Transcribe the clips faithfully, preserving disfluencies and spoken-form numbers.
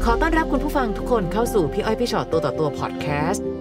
ขอต้อนรับคุณผู้ฟังทุกคนเข้าสู่พี่อ้อยพี่ชอตตัวต่อตัวพอดแคสต์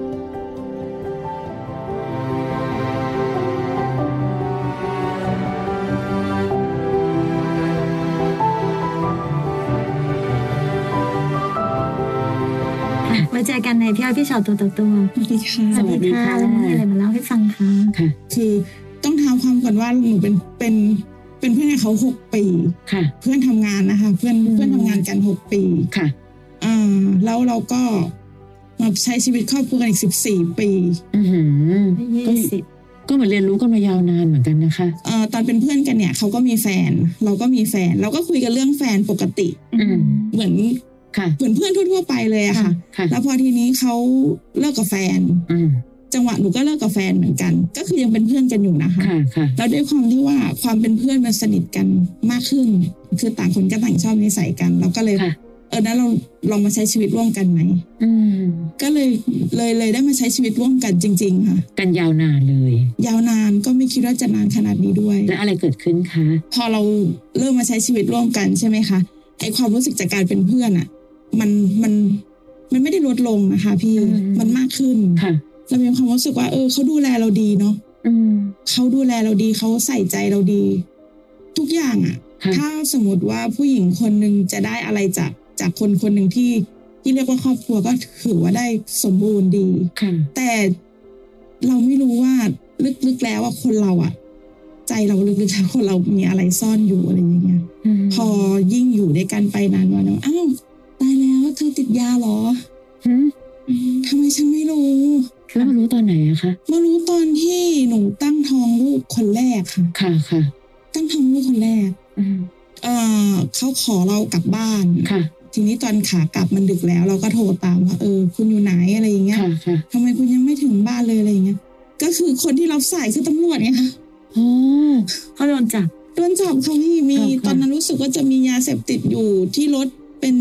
มาเจอกันในพี่อ้อยพี่ชอตตัวต่อตัวสวัสดีค่ะสวัสดีค่ะแล้วมีอะไรมาเล่าให้ฟังคะค่ะคือต้องถามความก่อนว่าหนูเป็นเป็นเป็นเพื่อนกับเขาหกปีค่ะเพื่อนทำงานนะคะเพื่อนเพื่อนทำงานกันหกปีค่ะอ่าแล้วเราก็มาใช้ชีวิตครอบครัวกันอีกสิบสี่ปีอือหือยี่สิบก็เหมือนเรียนรู้กันมายาวนานเหมือนกันนะคะเอ่อตอนเป็นเพื่อนกันเนี่ยเขาก็มีแฟนเราก็มีแฟนเราก็คุยกันเรื่องแฟนปกติเหมือนเหมือนเพื่อนทั่วๆไปเลยอะค่ะแล้วพอทีนี้เขาเลิกกับแฟนจังหวะหนูก็เลิกกับแฟนเหมือนกันก็คือยังเป็นเพื่อนกันอยู่นะคะแล้วด้วยความที่ว่าความเป็นเพื่อนมันสนิทกันมากขึ้นคือต่างคนก็ต่างชอบนิสัยกันเราก็เลยเออนั้นเราลองมาใช้ชีวิตร่วมกันไหมก็เลยเลยเลยได้มาใช้ชีวิตร่วมกันจริงๆค่ะกันยาวนานเลยยาวนานก็ไม่คิดว่าจะนานขนาดนี้ด้วยแล้วอะไรเกิดขึ้นคะพอเราเริ่มมาใช้ชีวิตร่วมกันใช่ไหมคะไอความรู้สึกจากการเป็นเพื่อนอะมันมันมันไม่ได้ลดลงนะคะพี่มันมากขึ้นเรามีความรู้สึกว่าเออเขาดูแลเราดีเนาะเขาดูแลเราดีเขาใส่ใจเราดีทุกอย่างอ่ะถ้าสมมติว่าผู้หญิงคนนึงจะได้อะไรจากจากคนคนหนึ่งที่ที่เรียกว่าครอบครัวก็ถือว่าได้สมบูรณ์ดีแต่เราไม่รู้ว่าลึกๆแล้วว่าคนเราอ่ะใจเราลึกๆคนเรามีอะไรซ่อนอยู่อะไรอย่างเงี้ยพอยิ่งอยู่ด้วยกันไปนานวันอ้าวตายแล้วเธอติดยาเหรอทำไมฉันไม่รู้แล้วมารู้ตอนไหนอะคะมารู้ตอนที่หนูตั้งท้องลูกคนแรกค่ะค่ะค่ะตั้งท้องลูกคนแรกเอ่อเขาขอเรากลับบ้านค่ะทีนี้ตอนขากลับมันดึกแล้วเราก็โทรตามว่าเออคุณอยู่ไหนอะไรอย่างเงี้ยทำไมคุณยังไม่ถึงบ้านเลยอะไรอย่างเงี้ยก็คือคนที่รับสายคือตำรวจไงคะอ๋อเขาโดนจับโดนจับเขาที่มีตอนนั้นรู้สึกว่าจะมียาเสพติดอยู่ที่รถเป็น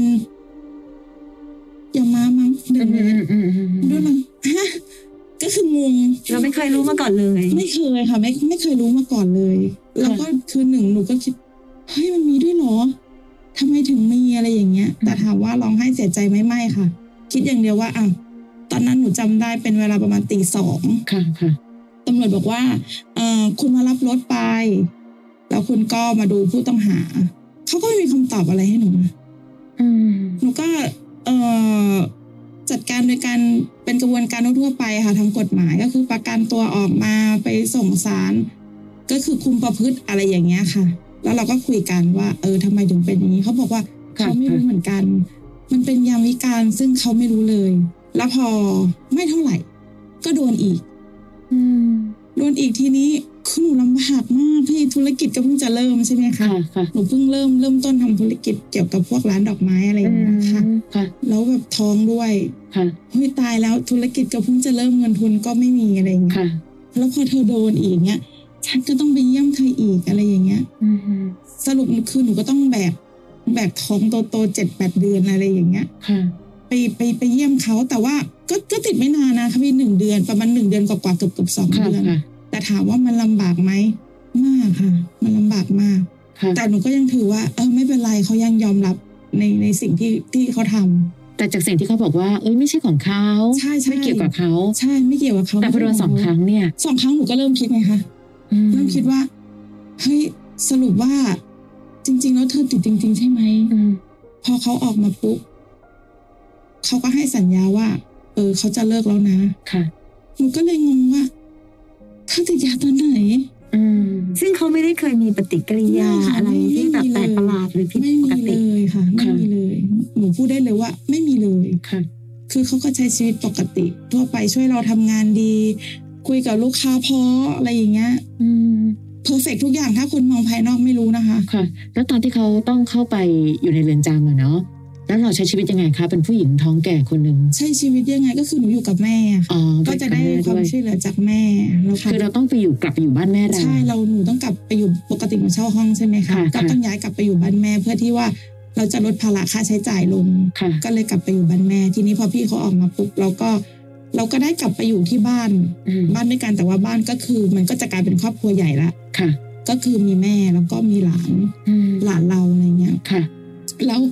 อย่ามามั้งเดินด้วยมั้งฮะก็คืองงเราไม่เคยรู้มาก่อนเลยไม่เคยค่ะไม่ไม่เคยรู้มาก่อนเลยแล้วก็คือหนึ่งหนูก็คิดเฮ้ยมันมีด้วยเหรอทำไมถึงมีอะไรอย่างเงี้ยแต่ถามว่าร้องไห้เสียใจไหมไม่ค่ะคิดอย่างเดียวว่าอ่ะตอนนั้นหนูจำได้เป็นเวลาประมาณตีสองค่ะค่ะตำรวจบอกว่าเอ่อคุณมารับรถไปแล้วคุณก็มาดูผู้ต้องหาเขาก็ไม่มีคำตอบอะไรให้หนูหนูก็เอ่อจัดการโดยการเป็นกระบวนการทั่วไปค่ะทางกฎหมายก็คือประกันตัวออกมาไปส่งศาลก็คือคุมประพฤติอะไรอย่างเงี้ยค่ะแล้วเราก็คุยกันว่าเออทำไมถึงเป็นอย่างนี้เขาบอกว่าเขาไม่รู้เหมือนกันมันเป็นยามวิกาลซึ่งเขาไม่รู้เลยแล้วพอไม่เท่าไหร่ก็โดนอีกโดนอีกทีนี้คือหนูลำบากมากพี่ธุรกิจก็เพิ่งจะเริ่มใช่ไหมคะหนูเพิ่งเริ่มเริ่มต้นทำธุรกิจเกี่ยวกับพวกร้านดอกไม้อะไรอย่างเงี้ยค่ะแล้วแบบท้องด้วยเฮ้ยตายแล้วธุรกิจก็เพิ่งจะเริ่มเงินทุนก็ไม่มีอะไรอย่างเงี้ยแล้วพอเธอโดนอีกเงี้ยฉันก็ต้องไปเยี่ยมเธออีกอะไรอย่างเงี้ยสรุปคือหนูก็ต้องแบกแบกท้องโตๆเจ็ดแปดเดือนอะไรอย่างเงี้ยไปไปไปเยี่ยมเขาแต่ว่าก็ก็ติดไม่นานนะคะพี่หนึ่งเดือนประมาณหนึ่งเดือนกว่าๆเกือบเกือบสองเดือนแต่ถามว่ามันลำบากไหมมากค่ะมันลำบากมากแต่หนูก็ยังถือว่าเออไม่เป็นไรเขายังยอมรับในในสิ่งที่ที่เขาทำแต่จากสิ่งที่เขาบอกว่าเอ้ยไม่ใช่ของเขาใช่ใช่ไม่เกี่ยวกับเขาใช่ไม่เกี่ยวกับเขาแต่พอโดนสองครั้งเนี่ยสองครั้งหนูก็เริ่มคิดไงคะเริ่มคิดว่าเฮ้ยสรุปว่าจริงๆแล้วเธอติดจริงๆใช่ไหมพอเขาออกมาปุ๊บเขาก็ให้สัญญาว่าเออเขาจะเลิกแล้วนะค่ะหนูก็เลยงงว่าเธอติดยาตอนไหนซึ่งเขาไม่ได้เคยมีปฏิกิริยาอะไรที่แบบแปลกประหลาดหรือผิดปกติเลยค่ะไม่มีเลยหนูพูดได้เลยว่าไม่มีเลยค่ะคือเขาก็ใช้ชีวิตปกติทั่วไปช่วยเราทำงานดีคุยกับลูกค้าเพราะอะไรอย่างเงี้ยเพอร์เฟกต์ทุกอย่างถ้าคนมองภายนอกไม่รู้นะคะค่ะแล้วตอนที่เขาต้องเข้าไปอยู่ในเรือนจำอะเนาะแล้วเราใช้ชีวิตยังไงคะเป็นผู้หญิงท้องแก่คนหนึ่งใช้ชีวิตยังไงก็คือหนูอยู่กับแม่ค่ะก็จะได้ความช่วยเหลือจากแม่คือเราต้องไปอยู่กลับไปอยู่บ้านแม่เราใช่เราหนูต้องกลับไปอยู่ปกติมาเช่าห้องใช่ไหมคะก็ต้องย้ายกลับไปอยู่บ้านแม่เพื่อที่ว่าเราจะลดภาระค่าใช้จ่ายลงก็เลยกลับไปอยู่บ้านแม่ทีนี้พอพี่เขาออกมาปุ๊บเราก็เราก็ได้กลับไปอยู่ที่บ้านบ้านด้วยกันแต่ว่าบ้านก็คือมันก็จะกลายเป็นครอบครัวใหญ่ละก็คือมีแม่แล้วก็มีหลานหลานเราอะไรเงี้ยแล้ว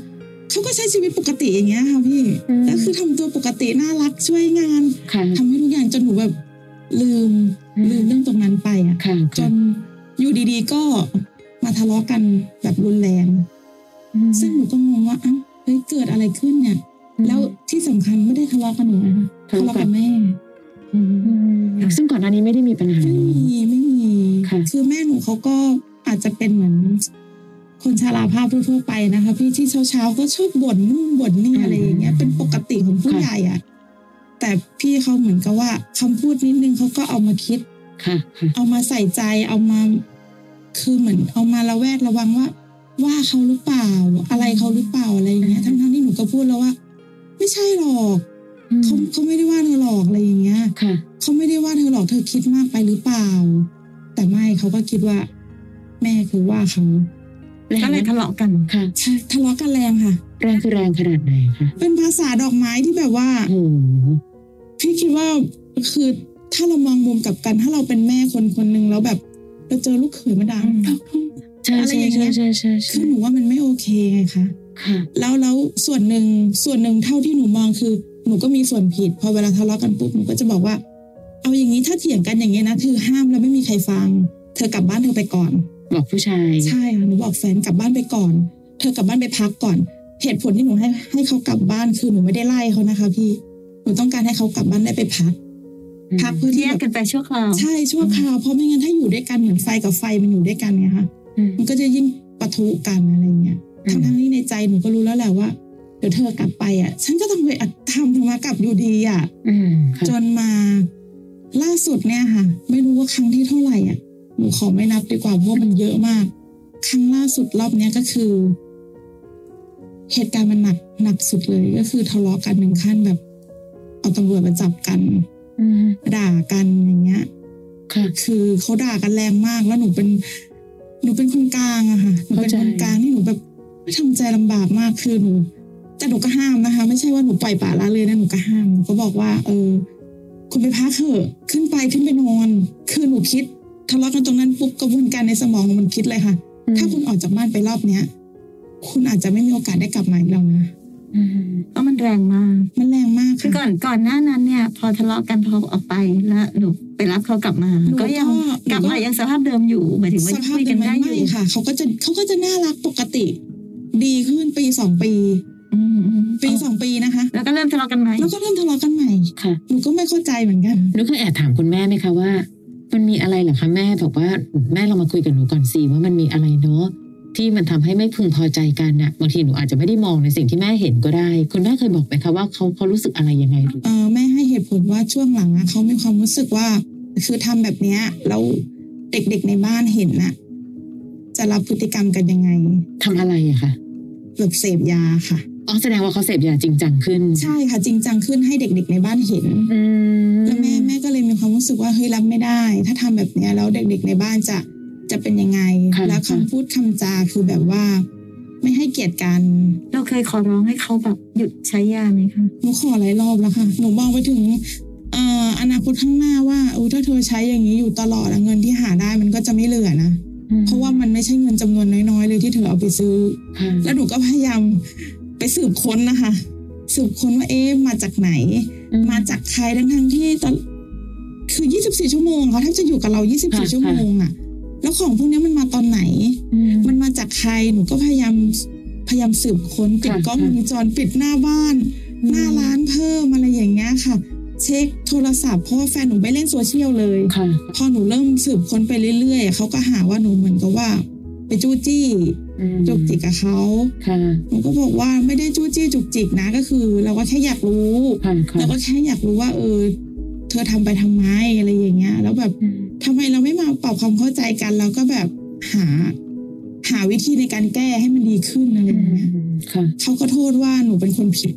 เขาก็ใช้ชีวิตปกติอย่างเงี้ยค่ะพี่ก็คือทำตัวปกติน่ารักช่วยงานทำให้ทุกอย่างจนหนูแบบลืมลืมเรื่องตรงนั้นไปอ่ะจนอยู่ดีๆก็มาทะเลาะกันแบบรุนแรงซึ่งหนูก็งงว่าอ้าวเฮ้ยเกิดอะไรขึ้นเนี่ยแล้วที่สำคัญไม่ได้ทะเลาะกันหนูนะคะทะเลาะกับแม่ซึ่งก่อนหน้านี้ไม่ได้มีปัญหาไม่มีไม่มีคือแม่หนูเขาก็อาจจะเป็นเหมือนคนชราภาพทั่วๆไปนะคะพี่ที่เช้าๆก็ชอบบ่นนู่นบ่นนี่อะไรอย่างเงี้ยเป็นปกติของผู้ใหญ่อ่ะแต่พี่เขาเหมือนกับว่าคำพูดนิดนึงเขาก็เอามาคิดเอามาใส่ใจเอามาคือเหมือนเอามาระแวดระวังว่าว่าเขาหรือเปล่าอะไรเขาหรือเปล่าอะไรอย่างเงี้ยทั้งๆที่หนูก็พูดแล้วว่าไม่ใช่หรอกเขาเขาไม่ได้ว่าเธอหรอกอะไรอย่างเงี้ยเขาไม่ได้ว่าเธอหรอกเธอคิดมากไปหรือเปล่าแต่ไม่เขาก็คิดว่าแม่คือว่าเขาก็เลยทะเลาะกันค่ะใช่ทะเลาะกันแรงค่ะแรงคือแรงขนาดไหนคะเป็นภาษาดอกไม้ที่แบบว่าพี่คิดว่าคือถ้าเรามองมุมกลับกันถ้าเราเป็นแม่คนคนหนึ่งแล้วแบบเราเจอลูกเขยมาด่าอะไรอย่างเงี้ยคือหนูว่ามันไม่โอเคไงคะแล้วแล้วส่วนหนึ่งส่วนหนึ่งเท่าที่หนูมองคือหนูก็มีส่วนผิดพอเวลาทะเลาะกันปุ๊บหนูก็จะบอกว่าเอาอย่างนี้ถ้าเถียงกันอย่างเงี้ยนะคือห้ามแล้วไม่มีใครฟังเธอกลับบ้านเธอไปก่อนบอกผู้ชายใช่ค่ะหนูบอกแฟนกลับบ้านไปก่อนเธอกลับบ้านไปพักก่อนเหตุผลที่หนูให้ให้เขากลับบ้านคือหนูไม่ได้ไล่เขานะคะพี่หนูต้องการให้เขากลับบ้านได้ไปพักพักเพื่อที่จะกันไปชั่วคราวใช่ชั่วคราวเพราะไม่งั้นถ้าอยู่ด้วยกันเหมือนไฟกับไฟมันอยู่ด้วยกันไงคะมันก็จะยิ่งปะทุกันอะไรเงี้ยทั้งทั้งที่ในใจหนูก็รู้แล้วแหละว่าเดี๋ยวเธอกลับไปอ่ะฉันก็ต้องไปทำธรรมะกลับอยู่ดีอ่ะจนมาล่าสุดเนี่ยค่ะไม่รู้ว่าครั้งที่เท่าไหร่อ่ะหนูขอไม่นับดีกว่าเพราะมันเยอะมากครั้งล่าสุดรอบเนี้ยก็คือเหตุการณ์มันหนักหนักสุดเลยก็คือทะเลาะกันถึงขั้นแบบเอาตำรวจมาจับกันด่ากันอย่างเงี้ยคือเขาด่ากันแรงมากแล้วหนูเป็นหนูเป็นคนกลางอะค่ะหนูเป็นคนกลางที่หนูแบบไม่ทำใจลำบากมากคือหนูแต่หนูก็ห้ามนะคะไม่ใช่ว่าหนูปล่อยปละละเลยนะหนูก็ห้ามหนูก็บอกว่าเออคุณไปพักเถอะขึ้นไปขึ้นไปนอนคือหนูคิดทะเลาะกันตรงนั้นปุ๊บกระบวนการในสมองมันคิดเลยค่ะถ้าคุณออกจากบ้านไปรอบเนี้ยคุณอาจจะไม่มีโอกาสได้กลับมาอีกแล้วนะก็มันแรงมากมันแรงมากคือก่อนก่อนหน้านั้นเนี่ยพอทะเลาะกันพอออกไปแล้วหนูไปรับเขากลับมาก็ยังกลับมายังสภาพเดิมอยู่หมายถึงว่าคุยกันได้อยู่ค่ะเขาก็จะเขาก็จะน่ารักปกติดีขึ้นปีสองปีปีสองปีนะคะแล้วก็เริ่มทะเลาะกันใหม่แล้วก็เริ่มทะเลาะกันใหม่ค่ะหนูก็ไม่เข้าใจเหมือนกันหนูเคยแอบถามคุณแม่ไหมคะว่ามันมีอะไรเหรอคะแม่บอกว่าแม่เรามาคุยกับหนูก่อนสิว่ามันมีอะไรเนาะที่มันทำให้ไม่พึงพอใจกันน่ะบางทีหนูอาจจะไม่ได้มองในสิ่งที่แม่เห็นก็ได้คุณแม่เคยบอกไหมคะว่าเขาเขารู้สึกอะไรยังไงเออแม่ให้เหตุผลว่าช่วงหลังอะเขามีความรู้สึกว่าคือทำแบบเนี้ยแล้วเด็กๆในบ้านเห็นน่ะจะรับพฤติกรรมกันยังไงทำอะไรอะคะแบบเสพยาค่ะอ๋อแสดงว่าเขาเสพยาจริงจังขึ้นใช่ค่ะจริงจังขึ้นให้เด็กๆในบ้านเห็นแล้วแม่แม่ก็เลยมีความรู้สึกว่าเฮ้ยรับไม่ได้ถ้าทำแบบเนี้ยแล้วเด็กๆในบ้านจะจะเป็นยังไงแล้วคำพูดคำจาคือแบบว่าไม่ให้เกียรติกันเราเคยขอร้องให้เขาแบบหยุดใช้ยาไหมคะหนูขอหลายรอบแล้วค่ะหนูมองไปถึงอ่าอนาคตข้างหน้าว่าอุ้ยถ้าเธอใช้อย่างนี้อยู่ตลอดเงินที่หาได้มันก็จะไม่เหลือนะเพราะว่ามันไม่ใช่เงินจำนวนน้อยๆเลยที่เธอเอาไปซื้อแล้วหนูก็พยายามไปสืบค้นนะคะสืบค้นว่าเอ๊ะมาจากไหนมาจากใครทั้งๆที่ตอนคือยี่สิบสี่ชั่วโมงเขาแทบจะอยู่กับเรายี่สิบสี่ชั่วโมงอ่ะแล้วของพวกนี้มันมาตอนไหนมันมาจากใครหนูก็พยายามพยายามสืบค้นติดกล้องวงจรปิดหน้าบ้านหน้าร้านเพิ่มอะไรอย่างเงี้ยค่ะเช็คโทรศัพท์เพราะว่าแฟนหนูไม่เล่นโซเชียลเลยพอหนูเริ่มสืบค้นไปเรื่อยๆเขาก็หาว่าหนูเหมือนกับว่าไปจู้จี้จุกจิกกับเขาหนูก็บอกว่าไม่ได้จู้จี้จุกจิกนะก็คือเราก็แค่อยากรู้เราก็แค่อยากรู้ว่าเออเธอทำไปทำไมอะไรอย่างเงี้ยแล้วแบบทำไมเราไม่มาปรับความเข้าใจกันแล้วก็แบบหาหาวิธีในการแก้ให้มันดีขึ้นอะไรอย่างเงี้ยเขาก็โทษว่าหนูเป็นคนผิด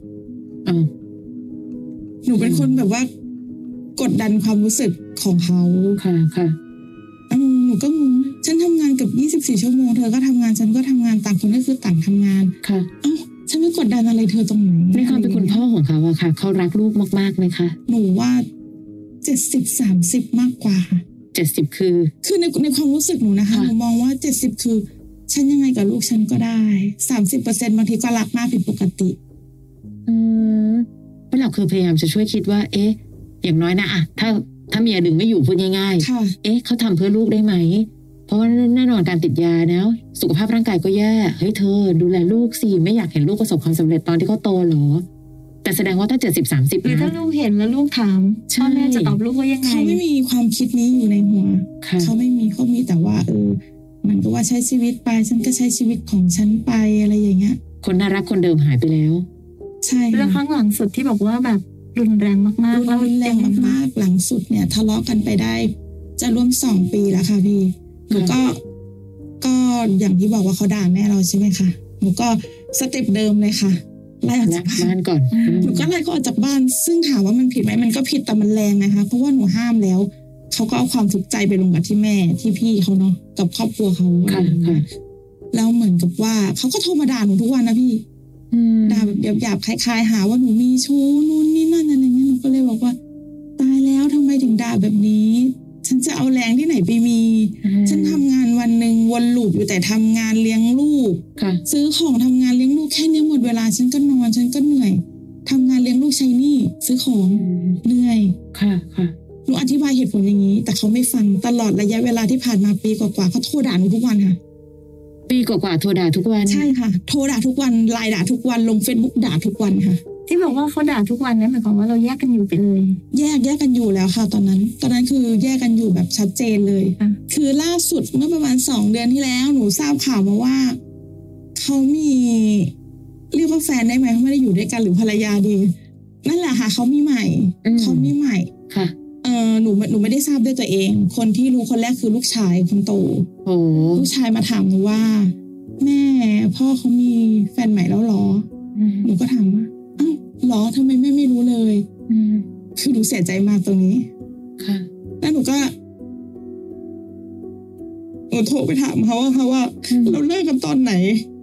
หนูเป็นคนแบบว่ากดดันความรู้สึกของเขาค่ะค่ะหนูก็งงฉันทำงานเกือบยี่สิบสี่ชั่วโมงเธอก็ทำงานฉันก็ทำงานต่างคนก็คือต่างทำงานค่ะเอ้าฉันไม่กดดันอะไรเธอตรงไหนในความเป็นคุณพ่อของเขาอะค่ะเขารักลูกมากๆไหมคะหนูว่าเจ็ดสิบสามสิบมากกว่าเจ็ดสิบคือคือในในความรู้สึกหนูนะคะหนูมองว่าเจ็ดสิบคือฉันยังไงกับลูกฉันก็ได้สามสิบเปอร์เซ็นต์บางทีก็รักมากผิดปกติอืมเพราะเราคือพยายามจะช่วยคิดว่าเอ๊ะอย่างน้อยนะอะถ้าถ้าเมียดึงไม่อยู่พูดง่ายๆเอ๊ะเขาทำเพื่อลูกได้ไหมเพราะว่าแน่นอนการติดยานะสุขภาพร่างกายก็แย่เฮ้ยเธอดูแลลูกสิไม่อยากเห็นลูกประสบความสำเร็จตอนที่เขาโตหรอแต่แสดงว่าถ้าเจ็ดสิบสามสิบหรือถ้าลูกเห็นแล้วลูกถามพ่อแม่จะตอบลูกว่ายังไงเขาไม่มีความคิดนี้อยู่ในหัวเขาไม่มีเขามีแต่ว่าเออมันก็ว่าใช้ชีวิตไปฉันก็ใช้ชีวิตของฉันไปอะไรอย่างเงี้ยคนน่ารักคนเดิมหายไปแล้วใช่แล้วครั้งหลังสุดที่บอกว่าแบบรุนแรงมากๆรุนแรงมากๆหลังสุดเนี่ยทะเลาะกันไปได้จะร่วมสองปีแล้วค่ะพี่หนูก็ก็อย่างที่บอกว่าเขาด่าแม่เราใช่ไหมคะหนูก็สเต็ปเดิมเลยค่ะไล่ออกจากบ้านก่อนหนูก็ไล่เขาออกจากบ้านซึ่งถามว่ามันผิดไหมมันก็ผิดแต่มันแรงนะคะเพราะว่าหนูห้ามแล้วเขาก็เอาความทุกข์ใจไปลงกับที่แม่ที่พี่เขาเนาะกับครอบครัวเขาแล้วเหมือนกับว่าเขาก็โทรมาด่าหนูทุกวันนะพี่ด่าแบบหยาบๆคล้ายๆหาว่าหนูมีชู้นู่นนี่นั่นอะไรเงี้ยหนูก็เลยบอกว่าตายแล้วทำไมถึงด่าแบบนี้ฉันจะเอาแรงที่ไหนไปมีฉันทำงานวันหนึ่งวนลูปอยู่แต่ทำงานเลี้ยงลูกซื้อของทำงานเลี้ยงลูกแค่นี้หมดเวลาฉันก็นอนฉันก็เหนื่อยทำงานเลี้ยงลูกใช้หนี้ซื้อของเหนื่อยค่ะค่ะหนูอธิบายเหตุผลอย่างนี้แต่เขาไม่ฟังตลอดระยะเวลาที่ผ่านมาปีกว่าๆเขาโทรด่าหนูทุกวันค่ะปีกว่าๆโทรด่าทุกวันใช่ค่ะโทรด่าทุกวันไลน์ด่าทุกวันลง Facebook ด่าทุกวันค่ะที่บอกว่าเขาด่าทุกวันนั้นหมายความว่าเราแยกกันอยู่ไปเลยแยกแยกกันอยู่แล้วค่ะตอนนั้นตอนนั้นคือแยกกันอยู่แบบชัดเจนเลยคือล่าสุดเมื่อประมาณสองเดือนที่แล้วหนูทราบข่าวมาว่าเขามีเรียกว่าแฟนได้ไหมเขาไม่ได้อยู่ด้วยกันหรือภรรยาดีนั่นแหละค่ะเขามีใหม่เขามีใหม่ค่ะเออหนูหนูไม่ได้ทราบด้วยตัวเองคนที่รู้คนแรกคือลูกชายคนโตโอ้ลูกชายมาถามหนูว่าแม่พ่อเขามีแฟนใหม่แล้วหรอหนูก็ถามว่าอ้าวหรอทำไมแม่ไม่รู้เลยคือหนูเสียใจมากตรงนี้ค่ะแล้วหนูก็หนูโทรไปถามเขาว่าเขาว่าเราเลิกกันตอนไหน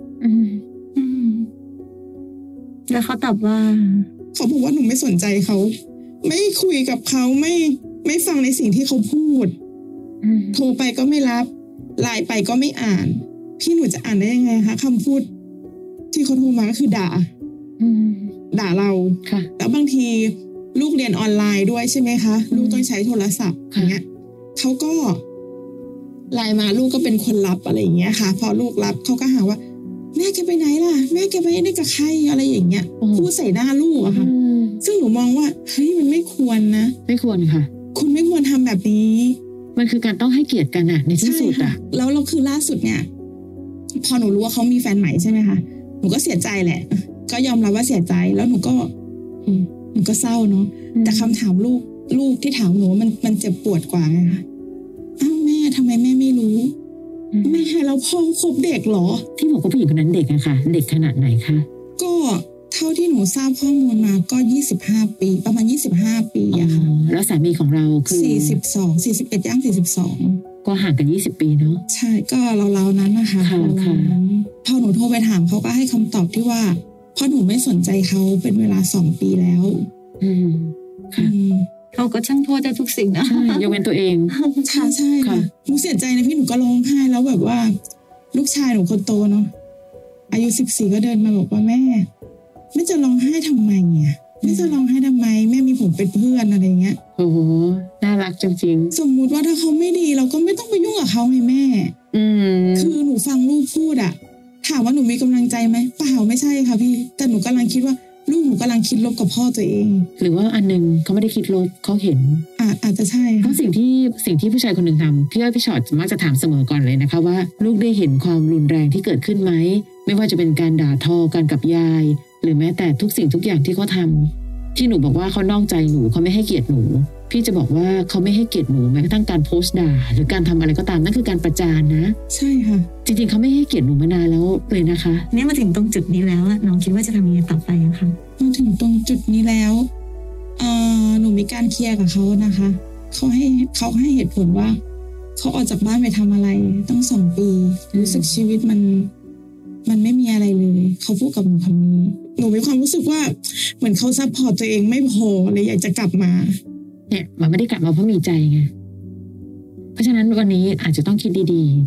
แล้วเขาตอบว่าเขาบอกว่าหนูไม่สนใจเขาไม่คุยกับเขาไม่ไม่ฟังในสิ่งที่เขาพูดโทรไปก็ไม่รับไลน์ไปก็ไม่อ่านพี่หนูจะอ่านได้ยังไงคะคำพูดที่เขาโทรมาก็คือด่าด่าเราแล้วบางทีลูกเรียนออนไลน์ด้วยใช่ไหมคะลูกต้องใช้โทรศัพท์อย่างเงี้ยเขาก็ไลน์มาลูกก็เป็นคนรับอะไรอย่างเงี้ยค่ะพอลูกรับเขาก็หาว่าแม่แกไปไหนล่ะแม่แกไปไหนกับใครอะไรอย่างเงี้ยพูดใส่หน้าลูกอะค่ะซึ่งหนูมองว่าเฮ้ยมันไม่ควรนะไม่ควรค่ะคุณไม่ควรทำแบบนี้มันคือการต้องให้เกียรติกันอะในที่สุดอะแล้วเราคือล่าสุดเนี่ยพอหนูรู้ว่าเขามีแฟนใหม่ใช่ไหมคะหนูก็เสียใจแหละก็ยอมรับว่าเสียใจแล้วหนูก็หนูก็เศร้าเนาะแต่คำถามลูกลูกที่ถามหนูมันมันเจ็บปวดกว่าไงคะอ้าวแม่ทำไมแม่ไม่รู้แม่เราพ่อคบเด็กเหรอที่บอกว่าผู้หญิงคนนั้นเด็กอะค่ะเด็กขนาดไหนคะก็เท่าที่หนูทราบข้อมูลมาก็ยี่สิบห้าปีประมาณยี่สิบห้าปีอะค่ะแล้วสามีของเราคือสี่สิบสอง สี่สิบเอ็ดย่างสี่สิบสองก็ห่างกันยี่สิบปีเนาะใช่ก็เราๆนั้นนะคะค่ะพอหนูโทรไปถามเขาก็ให้คำตอบที่ว่าเพราะหนูไม่สนใจเขาเป็นเวลาสองปีแล้วอืมค่ะเขาก็ช่างโทษได้ทุกสิ่งนะใช่ยกเว้นตัวเองใช่ใช่ค่ะหนูเสียใจนะพี่หนูก็ร้องไห้แล้วแบบว่าลูกชายหนูคนโตเนาะอายุสิบสี่ก็เดินมาบอกว่าแม่แม่จะร้องไห้ทำไมเนี่ยแม่จะร้องไห้ทำไมแม่มีผมเป็นเพื่อนอะไรเงี้ยโอ้โหน่ารักจริงๆสมมุติว่าถ้าเขาไม่ดีเราก็ไม่ต้องไปยุ่งกับเขาไงแม่อืมคือหนูฟังลูกพูดอะถามว่าหนูมีกำลังใจไหมเปล่าไม่ใช่ค่ะพี่แต่หนูกำลังคิดว่าลูกหนูกำลังคิดลบกับพ่อตัวเองหรือว่าอันนึงเขาไม่ได้คิดลบเขาเห็นอาอาจจะใช่เพราะสิ่งที่สิ่งที่ผู้ชายคนหนึ่งทำพี่อ้อยพี่ชอตมักจะถามเสมอก่อนเลยนะคะว่าลูกได้เห็นความรุนแรงที่เกิดขึ้นไหมไม่ว่าจะเป็นการด่าทอกันกับยายหรือแม้แต่ทุกสิ่งทุกอย่างที่เขาทำที่หนูบอกว่าเขานอกใจหนูเขาไม่ให้เกียรติหนูพี่จะบอกว่าเขาไม่ให้เกียรติหนูแม้กระทั่งการโพสต์ด่าหรือการทำอะไรก็ตามนั่นคือการประจานนะใช่ค่ะจริงๆเขาไม่ให้เกียรติหนูมานานแล้วเลยนะคะเนี่ยมาถึงตรงจุดนี้แล้วน้องคิดว่าจะทำยังไงต่อไปคะมาถึงตรงจุดนี้แล้วเอ่อหนูมีการเคลียร์กับเขานะคะเขาให้เขาให้เหตุผลว่าเขาออกจากบ้านไปทำอะไรตั้งสองปีรู้สึกชีวิตมันมันไม่มีอะไรเลยเขาพูดกับหนูคำนี้หนูมีความรู้สึกว่าเหมือนเขาซัพพอร์ตตัวเองไม่พอเลยอยากจะกลับมาเนี่ยมันไม่ได้กลับมาเพราะมีใจไงเพราะฉะนั้นวันนี้อาจจะต้องคิดดีๆ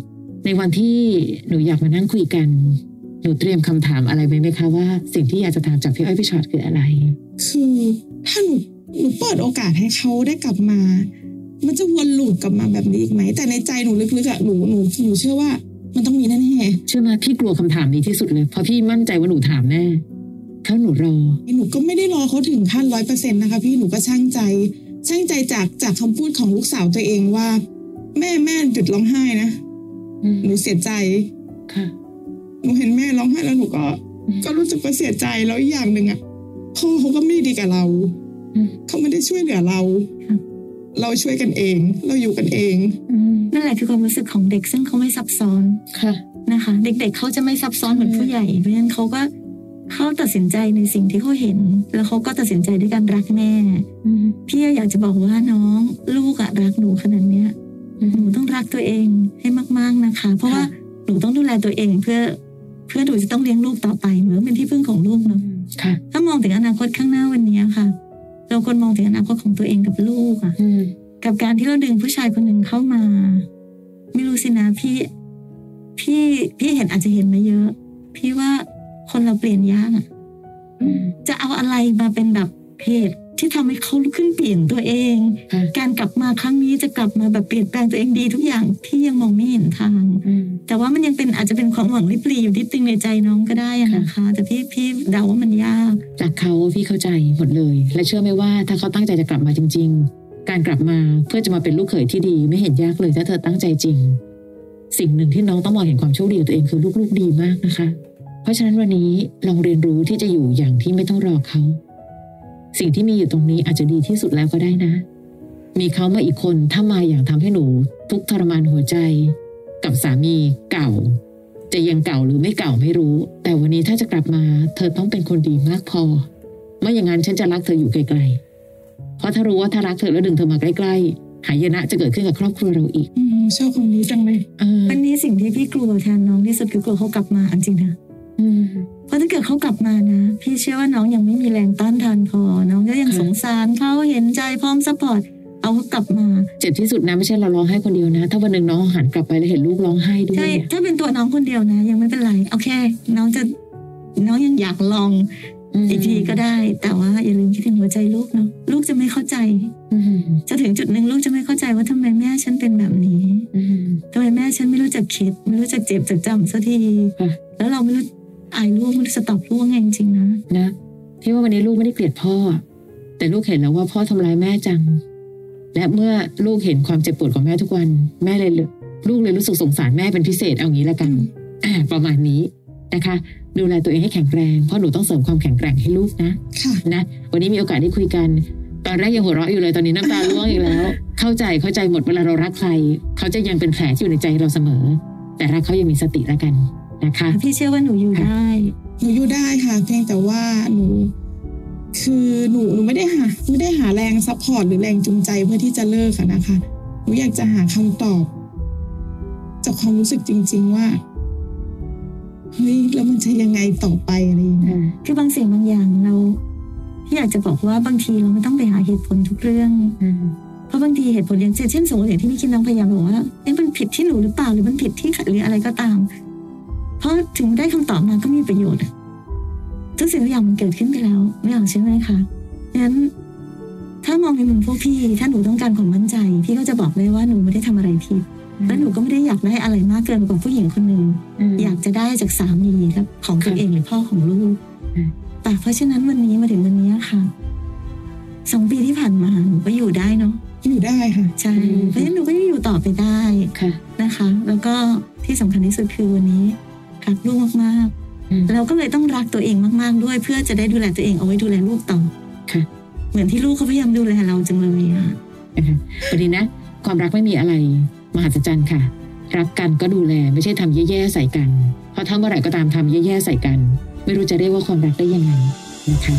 ในวันที่หนูอยากมานั่งคุยกันหนูเตรียมคำถามอะไรไว้ไหมคะว่าสิ่งที่อยากจะถามจากพี่อ้อยพี่ชอตคืออะไรคือถ้าหนูหนูเปิดโอกาสให้เขาได้กลับมามันจะวนลูปกลับมาแบบนี้อีกไหมแต่ในใจหนูลึกๆอะหนูหนูหนูเชื่อว่ามันต้องมีแน่ๆเชื่อไหมพี่กลัวคำถามนี้ที่สุดเลยเพราะพี่มั่นใจว่าหนูถามแน่ถ้าหนูรอหนูก็ไม่ได้รอเขาถึงขั้นร้อยเปอร์เซ็นต์นะคะพี่หนูก็ช่างใจช่างใจจากจากคำพูดของลูกสาวตัวเองว่าแม่แม่หยุดร้องไห้นะหนูเสียใจค่ะหนูเห็นแม่ร้องไห้แล้วหนูก็ก็รู้สึกว่าเสียใจแล้วอีกอย่างหนึ่งอ่ะพ่อเขาก็ไม่ได้ดีกับเราเขาไม่ได้ช่วยเหลือเราเราช่วยกันเองเราอยู่กันเองนั่นแหละคือความรู้สึกของเด็กซึ่งเขาไม่ซับซ้อนค่ะนะคะเด็กๆเขาจะไม่ซับซ้อนเหมือนผู้ใหญ่เพราะฉะนั้นเขาก็เขาตัดสินใจในสิ่งที่เขาเห็นแล้วเขาก็ตัดสินใจด้วยการรักแม่พี่อยากจะบอกว่าน้องลูกอะรักหนูขนาดเนี้ยหนูต้องรักตัวเองให้มากๆนะคะเพราะว่าหนูต้องดูแลตัวเองเพื่อเพื่อหนูจะต้องเลี้ยงลูกต่อไปเหมือนเป็นที่พึ่งของลูกเนาะถ้ามองถึงอนาคตข้างหน้าวันนี้ค่ะเราควรมองถึงอนาคตของตัวเองกับลูกอะกับการที่เราดึงผู้ชายคนหนึ่งเข้ามาไม่รู้สินะพี่พี่พี่เห็นอาจจะเห็นมาเยอะพี่ว่าคนเราเปลี่ยนยากอะจะเอาอะไรมาเป็นแบบเหตุที่ทำให้เขาลุกขึ้นเปลี่ยนตัวเองการกลับมาครั้งนี้จะกลับมาแบบเปลี่ยนแปลงตัวเองดีทุกอย่างพี่ยังมองไม่เห็นทางแต่ว่ามันยังเป็นอาจจะเป็นความหวังริบหรี่อยู่นิดนึงในใจน้องก็ได้นะคะแต่พี่พี่เดาว่ามันยากจากเขาพี่เข้าใจหมดเลยและเชื่อไหมว่าถ้าเขาตั้งใจจะกลับมาจริงๆการกลับมาเพื่อจะมาเป็นลูกเขยที่ดีไม่เห็นยากเลยถ้าเธอตั้งใจจริงสิ่งหนึ่งที่น้องต้องมองเห็นความโชคดีของตัวเองคือลูกๆดีมากนะคะเพราะฉะนั้นวันนี้ลองเรียนรู้ที่จะอยู่อย่างที่ไม่ต้องรอเขาสิ่งที่มีอยู่ตรงนี้อาจจะดีที่สุดแล้วก็ได้นะมีเขามาอีกคนถ้ามาอย่างทำให้หนูทุกทรมานหัวใจกับสามีเก่าจะยังเก่าหรือไม่เก่าไม่รู้แต่วันนี้ถ้าจะกลับมาเธอต้องเป็นคนดีมากพอไม่อย่างนั้นฉันจะรักเธออยู่ไกลๆเพราะถ้ารู้ว่าถ้ารักเธอแล้วดึงเธอมาใกล้ๆหายนะจะเกิดขึ้นกับครอบครัวเราอีกชอบคนนี้จังเลยวันนี้สิ่งที่พี่กลัวแทนน้องที่สุดคือกลัวเขากลับมาจริงๆนะเพราะถ้าเกิดเขากลับมานะพี่เชื่อว่าน้องยังไม่มีแรงต้านทานพอน้องก็ยังสงสารเขาเห็นใจพร้อมซัพพอร์ตเอาเขากลับมาเจ็บที่สุดนะไม่ใช่เราร้องไห้คนเดียวนะถ้าวันหนึ่งน้องหันกลับไปแล้วเห็นลูกร้องไห้ด้วยใช่ถ้าเป็นตัวน้องคนเดียวนะยังไม่เป็นไรโอเคน้องจะน้องยังอยากลองอีกทีก็ได้แต่ว่าอย่าลืมคิดถึงหัวใจลูกเนาะลูกจะไม่เข้าใจจะถึงจุดหนึ่งลูกจะไม่เข้าใจว่าทำไมแม่ฉันเป็นแบบนี้ทำไมแม่ฉันไม่รู้จักคิดไม่รู้จักเจ็บจักจำสักทีแล้วเราไม่รู้อายลูกมันจะตอบลูกไงจริงๆนะนะที่ว่าวันนี้ลูกไม่ได้เกลียดพ่อแต่ลูกเห็นแล้วว่าพ่อทำร้ายแม่จังและเมื่อลูกเห็นความเจ็บปวดของแม่ทุกวันแม่เลยลูกเลยรู้สึกสงสารแม่เป็นพิเศษเอางี้ละกันอ่าประมาณนี้นะคะดูแลตัวเองให้แข็งแรงเพราะหนูต้องเสริมความแข็งแกร่งให้ลูกนะนะวันนี้มีโอกาสได้คุยกันตอนแรกยังหัวเราะอยู่เลยตอนนี้น้ำตาร่วงอีกแล้วเข้าใจเข้าใจหมดเวลาเรารักใครเขาจะยังเป็นแผลที่อยู่ในใจเราเสมอแต่รักเขายังมีสติแล้วกันนะคะพี่เชื่อว่าหนูอยู่ได้หนูอยู่ได้ค่ะเพียงแต่ว่าหนูคือหนูหนูไม่ได้หาไม่ได้หาแรงซัพพอร์ตหรือแรงจูงใจเพื่อที่จะเลิกค่ะนะคะหนูอยากจะหาคำตอบจากความรู้สึกจริงๆว่าเฮ้ยแล้วมันจะยังไงต่อไปอะไรอย่างเงี้ยคือบางสิ่งบางอย่างเราพี่อยากจะบอกว่าบางทีเราไม่ต้องไปหาเหตุผลทุกเรื่องเพราะบางทีเหตุผลอย่างเช่นสมมติอย่างที่พี่คิดน้องพยายามบอกว่าเอ๊ะมันผิดที่หนูหรือเปล่าหรือมันผิดที่หรืออะไรก็ตามเพราะถึงได้คำตอบมาก็มีประโยชน์ทุกสิ่งทุกอย่างมันเกิดขึ้นไปแล้วไม่หรอกใช่ไหมคะงั้นถ้ามองในมุมพวกพี่ถ้าหนูต้องการความมั่นใจพี่ก็จะบอกเลยว่าหนูไม่ได้ทำอะไรผิดและหนูก็ไม่ได้อยากได้อะไรมากเกินกว่าผู้หญิงคนหนึ่งอยากจะได้จากสามีครับของตัวเองหรือพ่อของลูกแต่เพราะฉะนั้นวันนี้มาถึงวันนี้ค่ะสองปีที่ผ่านมาหนูก็อยู่ได้เนาะอยู่ได้ค่ะใช่เพราะฉะนั้นหนูก็ยังอยู่ต่อไปได้นะคะแล้วก็ที่สำคัญที่สุดคือวันนี้รักลูกมากๆเราก็เลยต้องรักตัวเองมากๆด้วยเพื่อจะได้ดูแลตัวเองเอาไว้ดูแลลูกต่อเหมือนที่ลูกเขาพยายามดูแลเราจังเลยค่ะวันนี้นะความรักไม่มีอะไรมหัศจรรย์ค่ะรักกันก็ดูแลไม่ใช่ทำแย่ๆใส่กันเพราะถ้าเมื่อไหร่ก็ตามทำแย่ๆใส่กันไม่รู้จะเรียกว่าความรักได้ยังไงนะคะ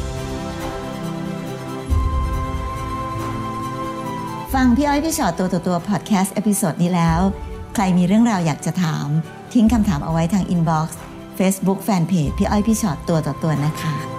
ฟังพี่อ้อยพี่ชอตตัวต่อตัวพอดแคสต์เอพิโซดนี้แล้วใครมีเรื่องราวอยากจะถามทิ้งคำถามเอาไว้ทางอินบ็อกซ์ Facebook Fanpage พี่อ้อยพี่ชอตตัวต่อตัวนะคะ